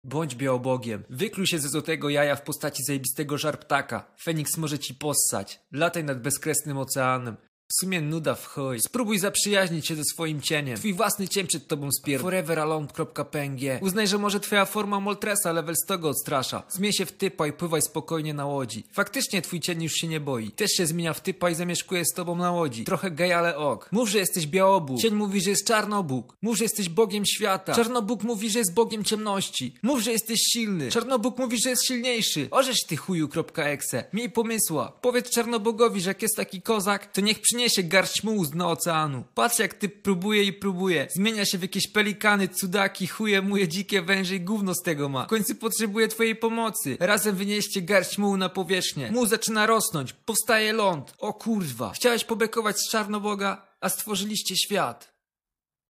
Bądź białobogiem. Wykluj się ze złotego jaja w postaci zajebistego żarptaka. Feniks może ci possać. Lataj nad bezkresnym oceanem. W sumie nuda w chuj. Spróbuj zaprzyjaźnić się ze swoim cieniem. Twój własny cień przed tobą spier... foreveralone.png. Uznaj, że może twoja forma Moltresa level 100 go odstrasza. Zmień się w typa i pływaj spokojnie na łodzi. Faktycznie twój cień już się nie boi. Też się zmienia w typa i zamieszkuje z tobą na łodzi. Trochę gej, ale ok. Mów, że jesteś białobóg. Cień mówi, że jest czarnobóg. Mów, że jesteś bogiem świata. Czarnobóg mówi, że jest bogiem ciemności. Mów, że jesteś silny. Czarnobóg mówi, że jest silniejszy. Orzesz ty chuju.exe. Miej pomysła. Powiedz Czarnobogowi, że jak jest taki kozak, to niech przyniesie garść mułu z dna oceanu. Patrz, jak ty próbuje i próbuje. Zmienia się w jakieś pelikany, cudaki, chuje, muje, dzikie węże i gówno z tego ma. W końcu potrzebuje twojej pomocy. Razem wynieście garść mułu na powierzchnię. Muł zaczyna rosnąć. Powstaje ląd. O kurwa. Chciałeś pobekować z Czarnoboga, a stworzyliście świat.